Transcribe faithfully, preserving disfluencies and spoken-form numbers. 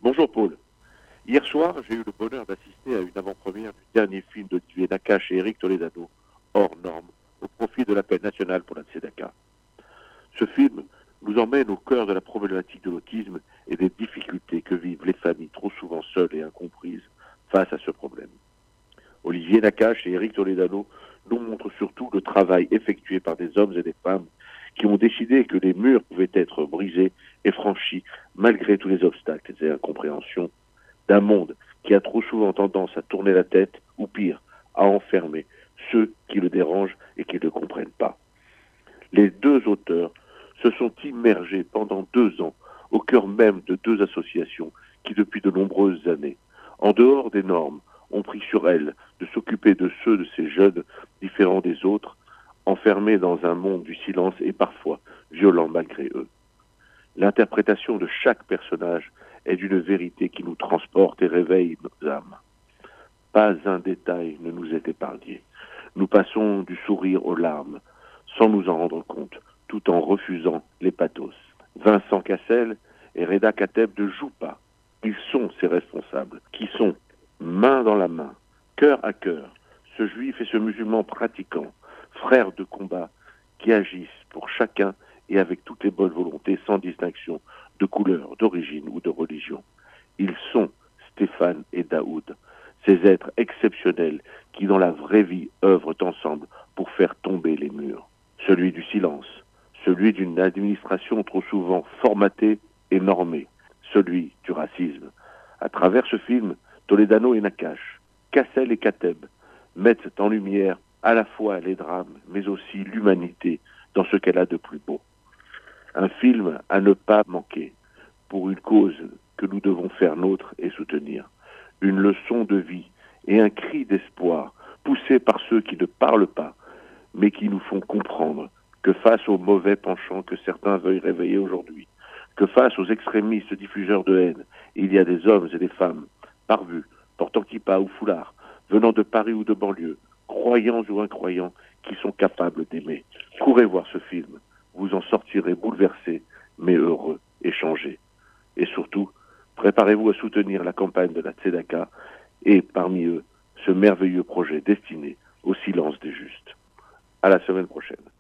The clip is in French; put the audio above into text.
Bonjour Paul. Hier soir, j'ai eu le bonheur d'assister à une avant-première du dernier film d'Olivier Nakache et Éric Toledano, Hors Normes, au profit de l'appel national pour la Tzedaka. Ce film nous emmène au cœur de la problématique de l'autisme et des difficultés que vivent les familles trop souvent seules et incomprises face à ce problème. Olivier Nakache et Éric Toledano nous montrent surtout le travail effectué par des hommes et des femmes qui ont décidé que les murs pouvaient être brisés et franchis malgré tous les obstacles et incompréhensions d'un monde qui a trop souvent tendance à tourner la tête, ou pire, à enfermer ceux qui le dérangent et qui ne le comprennent pas. Les deux auteurs se sont immergés pendant deux ans au cœur même de deux associations qui, depuis de nombreuses années, en dehors des normes, ont pris sur elles de s'occuper de ceux de ces jeunes différents des autres, enfermés dans un monde du silence et parfois violent malgré eux. L'interprétation de chaque personnage est d'une vérité qui nous transporte et réveille nos âmes. Pas un détail ne nous est épargné. Nous passons du sourire aux larmes, sans nous en rendre compte, tout en refusant les pathos. Vincent Cassel et Reda Kateb ne jouent pas. Ils sont ces responsables, qui sont, main dans la main, cœur à cœur, ce juif et ce musulman pratiquant, frères de combat, qui agissent pour chacun et avec toutes les bonnes volontés, sans distinction de couleur, d'origine ou de religion. Ils sont Stéphane et Daoud, ces êtres exceptionnels qui, dans la vraie vie, œuvrent ensemble pour faire tomber les murs. Celui du silence, celui d'une administration trop souvent formatée et normée, celui du racisme. À travers ce film, Toledano et Nakache, Cassel et Kateb mettent en lumière à la fois les drames, mais aussi l'humanité dans ce qu'elle a de plus beau. Un film à ne pas manquer, pour une cause que nous devons faire nôtre et soutenir. Une leçon de vie et un cri d'espoir poussé par ceux qui ne parlent pas, mais qui nous font comprendre que face aux mauvais penchants que certains veuillent réveiller aujourd'hui, que face aux extrémistes diffuseurs de haine, il y a des hommes et des femmes, barbus, portant kippa ou foulard, venant de Paris ou de banlieue, croyants ou incroyants, qui sont capables d'aimer. Courez voir ce film. Vous en sortirez bouleversés, mais heureux et changés. Et surtout, préparez-vous à soutenir la campagne de la Tzedaka et, parmi eux, ce merveilleux projet destiné au silence des justes. À la semaine prochaine.